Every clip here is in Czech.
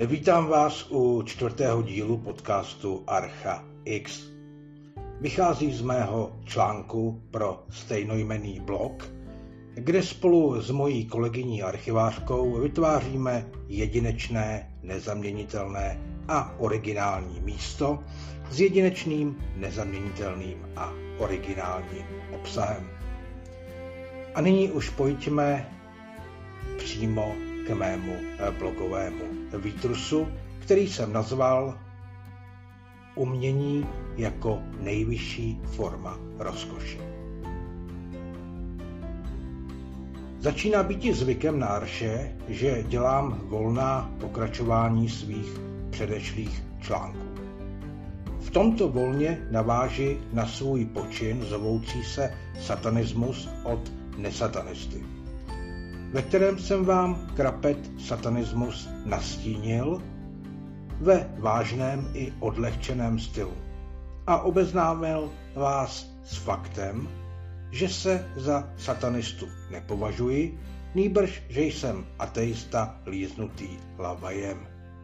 Vítám vás u 4. dílu podcastu Archa X. Vychází z mého článku pro stejnojmenný blog, kde spolu s mojí kolegyní archivářkou vytváříme jedinečné, nezaměnitelné a originální místo s jedinečným, nezaměnitelným a originálním obsahem. A nyní už pojďme přímo k mému blogovému výtrusu, který jsem nazval Umění jako nejvyšší forma rozkoše. Začíná být zvykem na Arše, že dělám volná pokračování svých předešlých článků. V tomto volně naváži na svůj počin zovoucí se satanismus od nesatanisty, ve kterém jsem vám krapet satanismus nastínil ve vážném i odlehčeném stylu a obeznámil vás s faktem, že se za satanistu nepovažuji, nýbrž, že jsem ateista líznutý lavajem.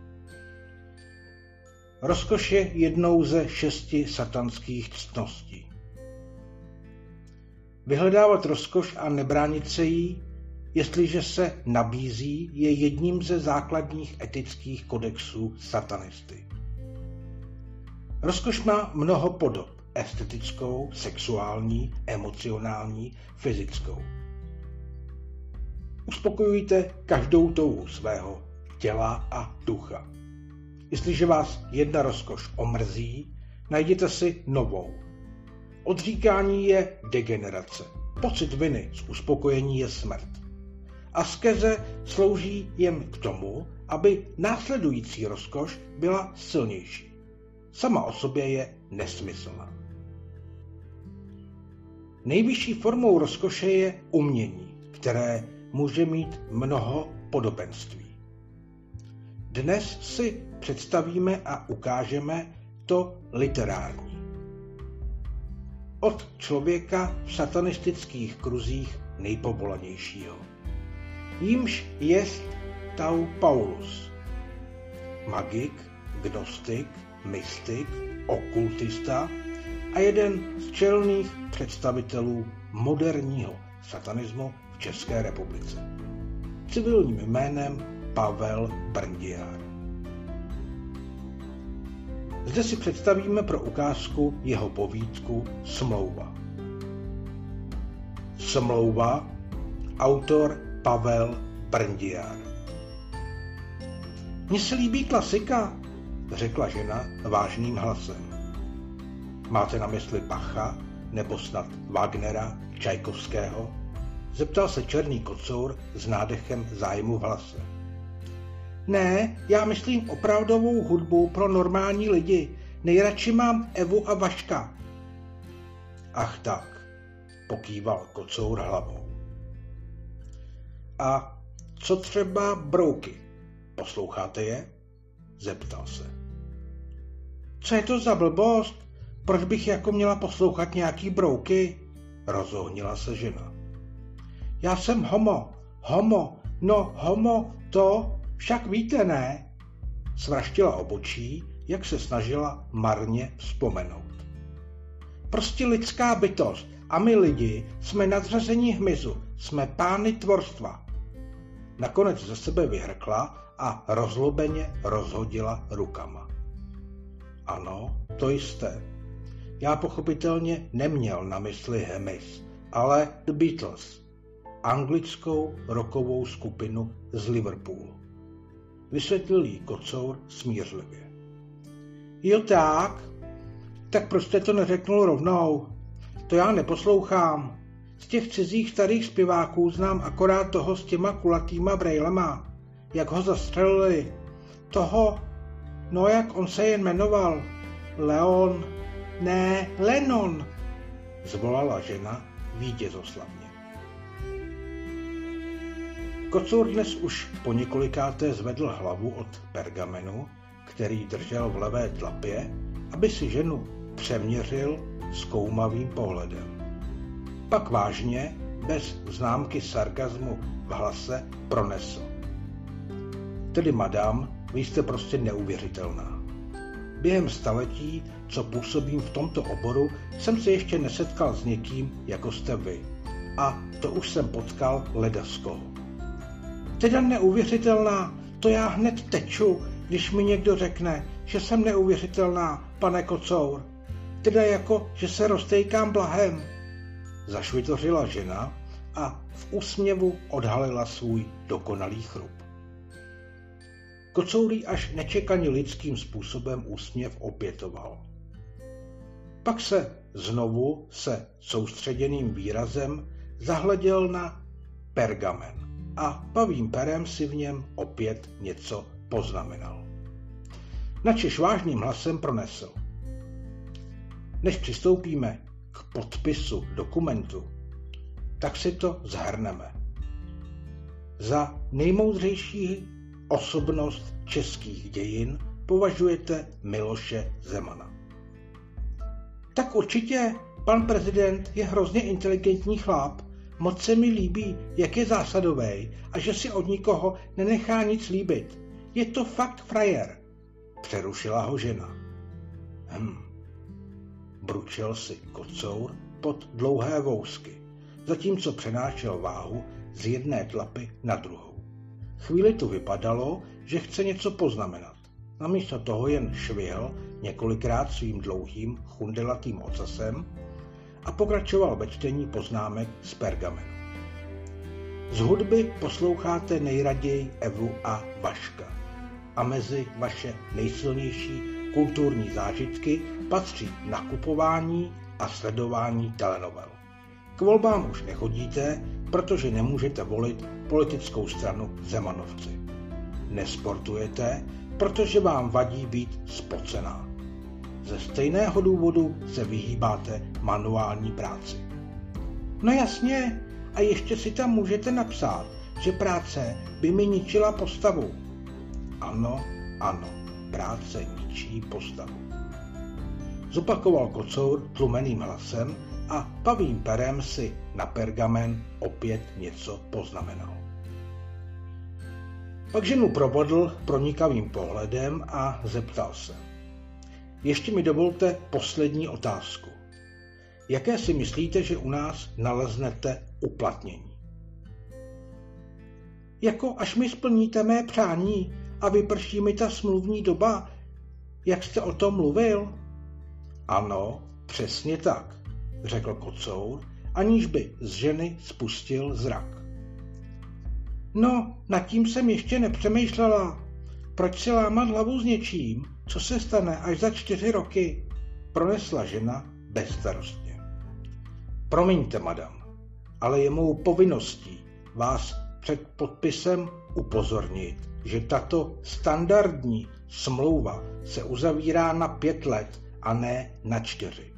Rozkoš je jednou ze 6 satanských ctností. Vyhledávat rozkoš a nebránit se jí, jestliže se nabízí, je jedním ze základních etických kodexů satanisty. Rozkoš má mnoho podob: estetickou, sexuální, emocionální, fyzickou. Uspokojujte každou touhu svého těla a ducha. Jestliže vás jedna rozkoš omrzí, najděte si novou. Odříkání je degenerace. Pocit viny z uspokojení je smrt. Askeze slouží jen k tomu, aby následující rozkoš byla silnější. Sama o sobě je nesmyslná. Nejvyšší formou rozkoše je umění, které může mít mnoho podobenství. Dnes si představíme a ukážeme to literární. Od člověka v satanistických kruzích nejpovolanějšího. Jímž jest Tau Paulus, magik, gnostik, mystik, okultista a jeden z čelných představitelů moderního satanismu v České republice. Civilním jménem Pavel Brndiár. Zde si představíme pro ukázku jeho povídku Smlouva. Smlouva, autor Pavel Brndiár. Mně se líbí klasika, řekla žena vážným hlasem. Máte na mysli Bacha, nebo snad Wagnera, Čajkovského? Zeptal se černý kocour s nádechem zájmu v hlase. Ne, já myslím opravdovou hudbu pro normální lidi. Nejradši mám Evu a Vaška. Ach tak, pokýval kocour hlavou. A co třeba brouky? Posloucháte je? Zeptal se. Co je to za blbost? Proč bych jako měla poslouchat nějaký brouky? Rozohnila se žena. Já jsem homo. No homo to však víte, ne? Svraštila obočí, jak se snažila marně vzpomenout. Prostě lidská bytost a my lidi jsme nadřazení hmyzu, jsme pány tvorstva. Nakonec ze sebe vyhrkla a rozlobeně rozhodila rukama. Ano, to jste. Já pochopitelně neměl na mysli hmyz, ale The Beatles, anglickou rockovou skupinu z Liverpoolu. Vysvětlil jí kocour smířlivě. Jo tak proč jste to neřeknul rovnou? To já neposlouchám. Z těch cizích starých zpěváků znám akorát toho s těma kulatýma brejlema. Jak ho zastřelili. Toho, no jak on se jen jmenoval. Lennon, zvolala žena vítězoslavně. Kocour dnes už po několikáté zvedl hlavu od pergamenu, který držel v levé tlapě, aby si ženu přeměřil zkoumavým pohledem. Pak vážně, bez známky sarkazmu v hlase, pronesl. Tedy madam, vy jste prostě neuvěřitelná. Během staletí, co působím v tomto oboru, jsem se ještě nesetkal s někým, jako jste vy. A to už jsem potkal ledaskoho. Teda neuvěřitelná, to já hned teču, když mi někdo řekne, že jsem neuvěřitelná, pane Kocour. Teda jako, že se roztejkám blahem. Zašvitořila žena a v úsměvu odhalila svůj dokonalý chrup. Kocourý až nečekaně lidským způsobem úsměv opětoval. Pak se znovu se soustředěným výrazem zahleděl na pergamen a pavým perem si v něm opět něco poznamenal. Načež vážným hlasem pronesl. Než přistoupíme k podpisu dokumentu, tak si to shrneme. Za nejmoudřejší osobnost českých dějin považujete Miloše Zemana. Tak určitě, pan prezident je hrozně inteligentní chlap, moc se mi líbí, jak je zásadový a že si od nikoho nenechá nic líbit. Je to fakt frajer, přerušila ho žena. Bručel si Kocour pod dlouhé vousky, zatímco přenášel váhu z jedné tlapy na druhou. Chvíli to vypadalo, že chce něco poznamenat. Namísto toho jen švihl několikrát svým dlouhým, chundelatým ocasem a pokračoval ve čtení poznámek z pergamenu. Z hudby posloucháte nejraději Evu a Vaška. A mezi vaše nejsilnější kulturní zážitky patří nakupování a sledování telenovel. K volbám už nechodíte, protože nemůžete volit politickou stranu Zemanovci. Nesportujete, protože vám vadí být spocená. Ze stejného důvodu se vyhýbáte manuální práci. No jasně, a ještě si tam můžete napsat, že práce by mi ničila postavu. Ano, práce ničí postavu. Zopakoval Kocour tlumeným hlasem a pavým perem si na pergamen opět něco poznamenal. Pak ženu provodl pronikavým pohledem a zeptal se. Ještě mi dovolte poslední otázku. Jaké si myslíte, že u nás naleznete uplatnění? Jako až mi splníte mé přání a vyprší mi ta smluvní doba, jak jste o tom mluvil? Ano, přesně tak, řekl Kocour, aniž by z ženy spustil zrak. No, nad tím jsem ještě nepřemýšlela. Proč si lámat hlavu s něčím, co se stane až za 4 roky? Pronesla žena bezstarostně. Promiňte, madam, ale je mou povinností vás před podpisem upozornit, že tato standardní smlouva se uzavírá na 5 let a ne na 4.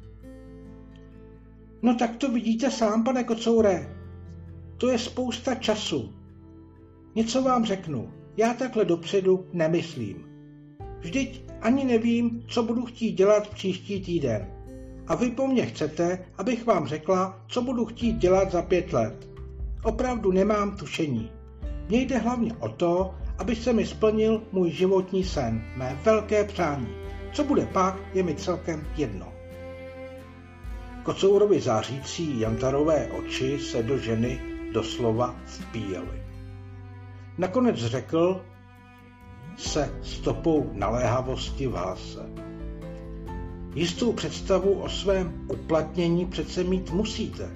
No tak to vidíte sám, pane Kocoure. To je spousta času. Něco vám řeknu, já takhle dopředu nemyslím. Vždyť ani nevím, co budu chtít dělat příští týden. A vy po mně chcete, abych vám řekla, co budu chtít dělat za 5 let. Opravdu nemám tušení. Mně jde hlavně o to, aby se mi splnil můj životní sen, mé velké přání. Co bude pak, je mi celkem jedno. Kocourovi zářící jantarové oči se do ženy doslova vpíjely. Nakonec řekl se stopou naléhavosti v hlase. Jistou představu o svém uplatnění přece mít musíte.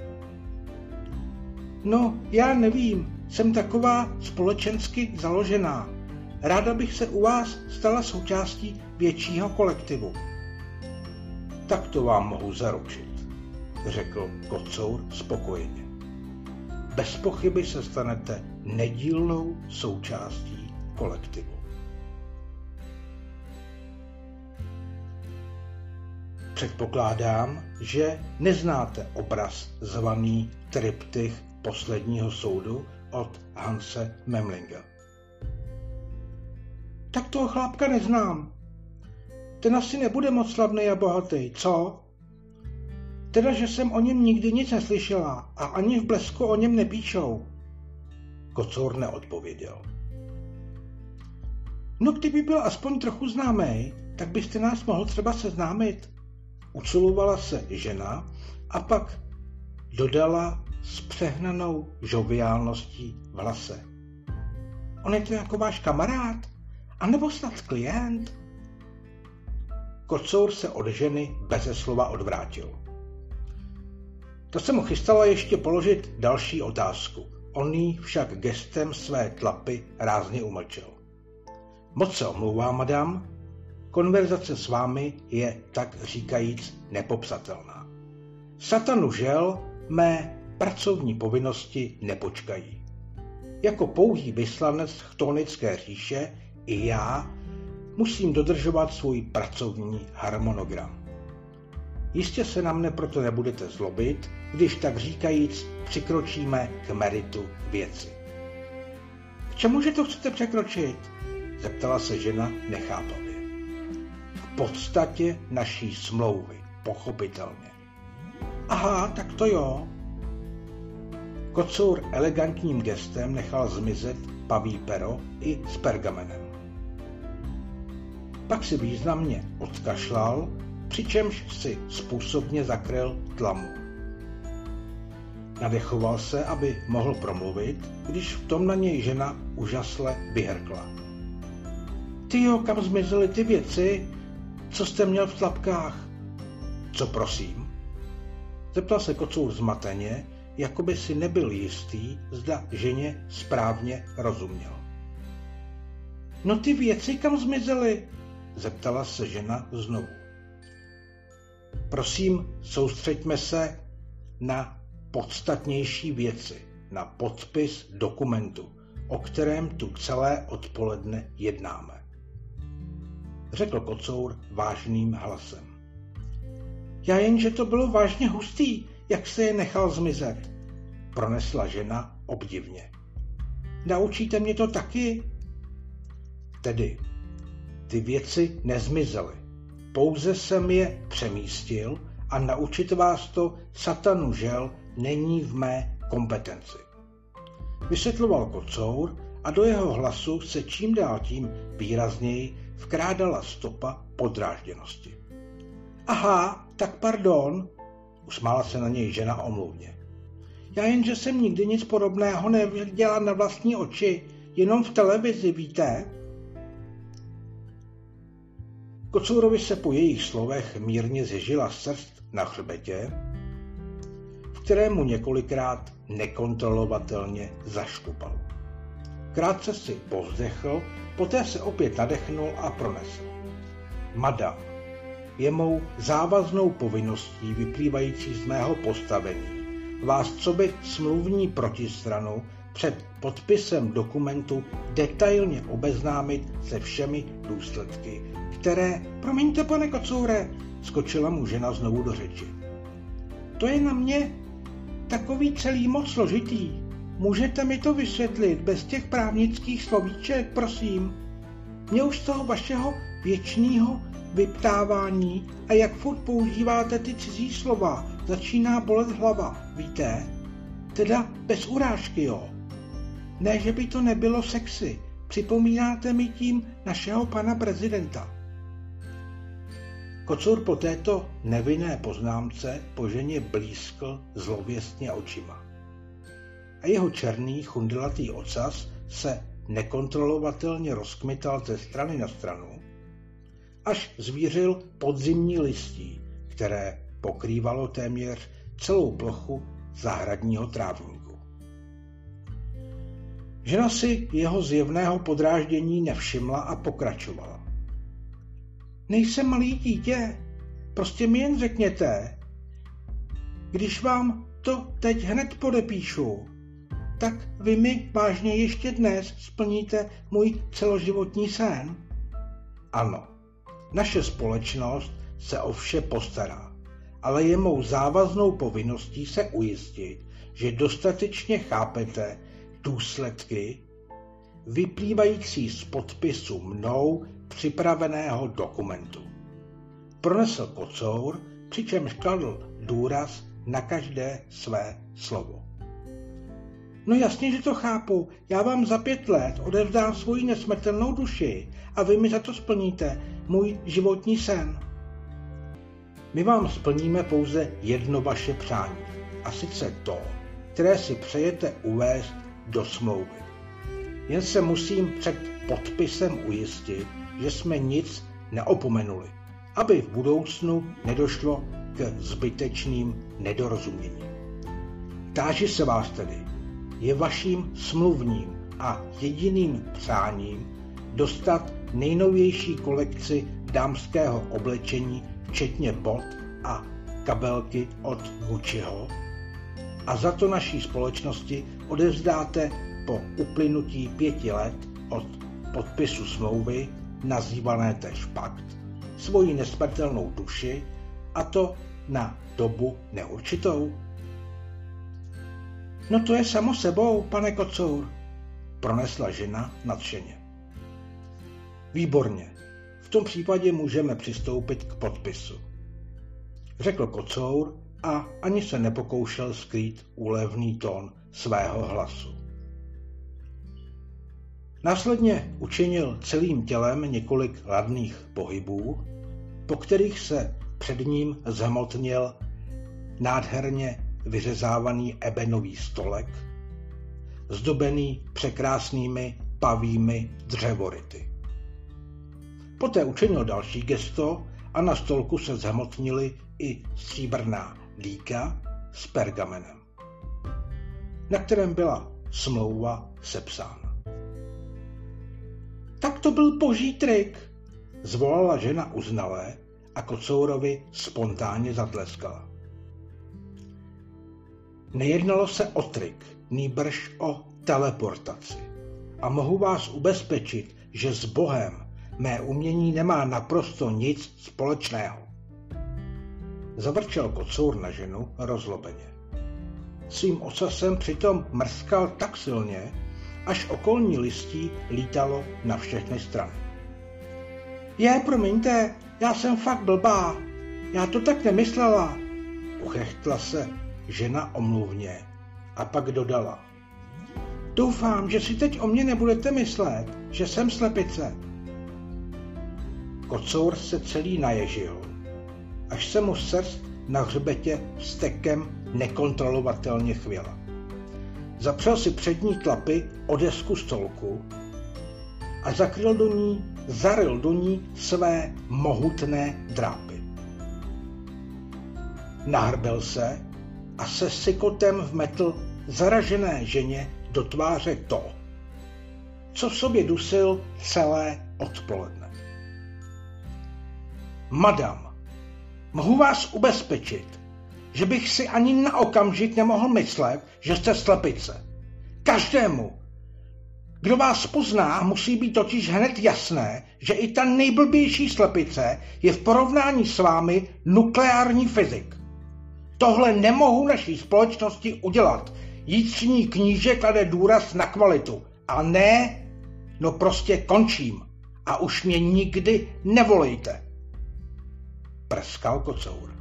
No, já nevím, jsem taková společensky založená. Ráda bych se u vás stala součástí většího kolektivu. Tak to vám mohu zaručit, řekl Kocour spokojeně. Bez pochyby se stanete nedílnou součástí kolektivu. Předpokládám, že neznáte obraz zvaný Triptych posledního soudu od Hanse Memlinga. Tak toho chlápka neznám. Ten asi nebude moc slavný a bohatý, co? Teda, že jsem o něm nikdy nic neslyšela a ani v Blesku o něm nepíšou. Kocour neodpověděl. No kdyby byl aspoň trochu známý, tak byste nás mohl třeba seznámit. Ucilovala se žena a pak dodala s přehnanou žoviálností v hlase. On je to jako váš kamarád? A nebo snad klient? Kocour se od ženy beze slova odvrátil. To se mu chystala ještě položit další otázku. On jí však gestem své tlapy rázně umlčel. Moc se omlouvám, madam. Konverzace s vámi je, tak říkajíc, nepopsatelná. Satanu žel, mé pracovní povinnosti nepočkají. Jako pouhý vyslanec chtonické říše i já musím dodržovat svůj pracovní harmonogram. Jistě se na mne proto nebudete zlobit, když tak říkajíc přikročíme k meritu věci. K čemuže to chcete překročit? Zeptala se žena nechápavě. K podstatě naší smlouvy, pochopitelně. Aha, tak to jo. Kocour elegantním gestem nechal zmizet paví pero i s pergamenem. Pak si významně odkašlal, přičemž si způsobně zakryl tlamu. Nadechoval se, aby mohl promluvit, když v tom na něj žena úžasle vyhrkla. Tyjo, kam zmizely ty věci, co jste měl v tlapkách? Co prosím? Zeptal se Kocour zmateně, jako by si nebyl jistý, zda ženě správně rozuměl. No ty věci kam zmizely? Zeptala se žena znovu. Prosím, soustřeďme se na podstatnější věci, na podpis dokumentu, o kterém tu celé odpoledne jednáme. Řekl Kocour vážným hlasem. Já jen, že to bylo vážně hustý, jak se je nechal zmizet, pronesla žena obdivně. Naučíte mě to taky? Tedy, ty věci nezmizely, pouze jsem je přemístil a naučit vás to, satanu žel, není v mé kompetenci. Vysvětloval Kocour a do jeho hlasu se čím dál tím výrazněji vkrádala stopa podrážděnosti. Aha, tak pardon, usmála se na něj žena omluvně. Já jen, že jsem nikdy nic podobného neviděla na vlastní oči, jenom v televizi, víte? Kocourovi se po jejich slovech mírně zježila srst na hřbetě, v kterému několikrát nekontrolovatelně zaškupal. Krátce si povzdechl, poté se opět nadechnul a pronesl. Madam, je mou závaznou povinností vyplývající z mého postavení vás coby smluvní protistranu před podpisem dokumentu detailně obeznámit se všemi důsledky, které, promiňte, pane Kocoure, skočila mu žena znovu do řeči. To je na mě takový celý moc složitý. Můžete mi to vysvětlit bez těch právnických slovíček, prosím? Mě už z toho vašeho věčného vyptávání a jak furt používáte ty cizí slova, začíná bolet hlava, víte? Teda bez urážky, jo. Ne, že by to nebylo sexy, připomínáte mi tím našeho pana prezidenta. Kocour po této nevinné poznámce po ženě blízkl zlověstně očima. A jeho černý chundelatý ocas se nekontrolovatelně rozkmital ze strany na stranu, až zvířil podzimní listí, které pokrývalo téměř celou plochu zahradního trávníku. Žena si jeho zjevného podráždění nevšimla a pokračovala. Nejsem malý dítě, prostě mi jen řekněte, když vám to teď hned podepíšu, tak vy mi vážně ještě dnes splníte můj celoživotní sen? Ano, naše společnost se o vše postará, ale je mou závaznou povinností se ujistit, že dostatečně chápete důsledky vyplývající z podpisu mnou připraveného dokumentu. Pronesl Kocour, přičemž kladl důraz na každé své slovo. No jasně, že to chápu. Já vám za 5 let odevzdám svoji nesmrtelnou duši a vy mi za to splníte můj životní sen. My vám splníme pouze jedno vaše přání, a sice to, které si přejete uvést do smlouvy. Jen se musím před podpisem ujistit, že jsme nic neopomenuli, aby v budoucnu nedošlo k zbytečným nedorozuměním. Táži se vás tedy, je vaším smluvním a jediným přáním dostat nejnovější kolekci dámského oblečení, včetně bot a kabelky od Gucciho, a za to naší společnosti odevzdáte po uplynutí 5 let od podpisu smlouvy, nazývané též pakt, svoji nesmrtelnou duši, a to na dobu neurčitou. No to je samo sebou, pane Kocour, pronesla žena nadšeně. Výborně, v tom případě můžeme přistoupit k podpisu, řekl Kocour a ani se nepokoušel skrýt úlevný tón svého hlasu. Následně učinil celým tělem několik ladných pohybů, po kterých se před ním zhmotnil nádherně vyřezávaný ebenový stolek, zdobený překrásnými pavými dřevoryty. Poté učinil další gesto a na stolku se zhmotnily i stříbrná líka s pergamenem, na kterém byla smlouva sepsána. Tak to byl boží trik, zvolala žena uznalé a Kocourovi spontánně zatleskala. Nejednalo se o trik, nýbrž o teleportaci. A mohu vás ubezpečit, že s Bohem mé umění nemá naprosto nic společného. Zavrčel Kocour na ženu rozlobeně. Svým ocasem přitom mrskal tak silně, až okolní listí lítalo na všechny strany. Promiňte, já jsem fakt blbá, já to tak nemyslela, uchechtla se žena omluvně a pak dodala. Doufám, že si teď o mě nebudete myslet, že jsem slepice. Kocour se celý naježil, až se mu srst na hřbetě vztekem nekontrolovatelně chvěla. Zapřel si přední tlapy o desku stolku a zaryl do ní své mohutné drápy. Nahrbel se a se sykotem vmetl zaražené ženě do tváře to, co v sobě dusil celé odpoledne. Madam, mohu vás ubezpečit, že bych si ani na okamžik nemohl myslet, že jste slepice. Každému, kdo vás pozná, musí být totiž hned jasné, že i ta nejblbější slepice je v porovnání s vámi nukleární fyzik. Tohle nemohu naší společnosti udělat. Jícní kníže klade důraz na kvalitu. A ne, no prostě končím. A už mě nikdy nevolejte. Prskal Kocour.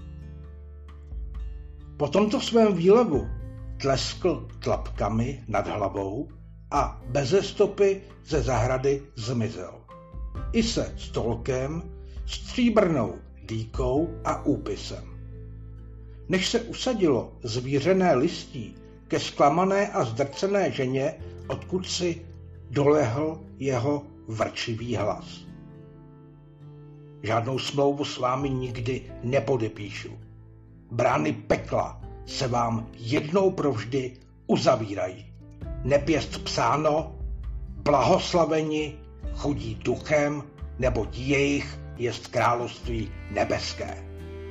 Po tomto svém výlevu tleskl tlapkami nad hlavou a beze stopy ze zahrady zmizel. I se stolkem, stříbrnou dýkou a úpisem. Než se usadilo zvířené listí ke zklamané a zdrcené ženě, odkud si dolehl jeho vrčivý hlas. Žádnou smlouvu s vámi nikdy nepodepíšu. Brány pekla se vám jednou provždy uzavírají. Nepěst psáno, blahoslaveni, chudí duchem, neboť jejich jest království nebeské.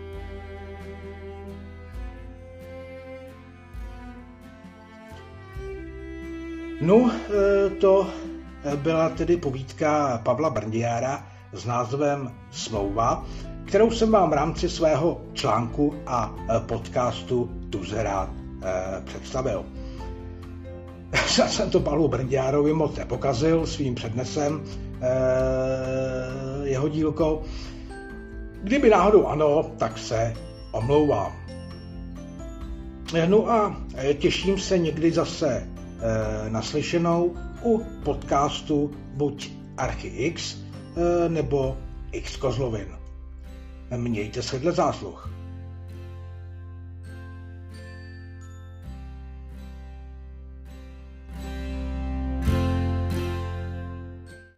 No, to byla tedy povídka Pavla Brndiára s názvem Smlouva, kterou jsem vám v rámci svého článku a podcastu Tuzerát představil. Já jsem to Pavlu Brndiárovi moc nepokazil svým přednesem, jeho dílko. Kdyby náhodou ano, tak se omlouvám. No a těším se někdy zase naslyšenou u podcastu buď Archy X nebo X Kozlovin. Mějte se dle zásluh.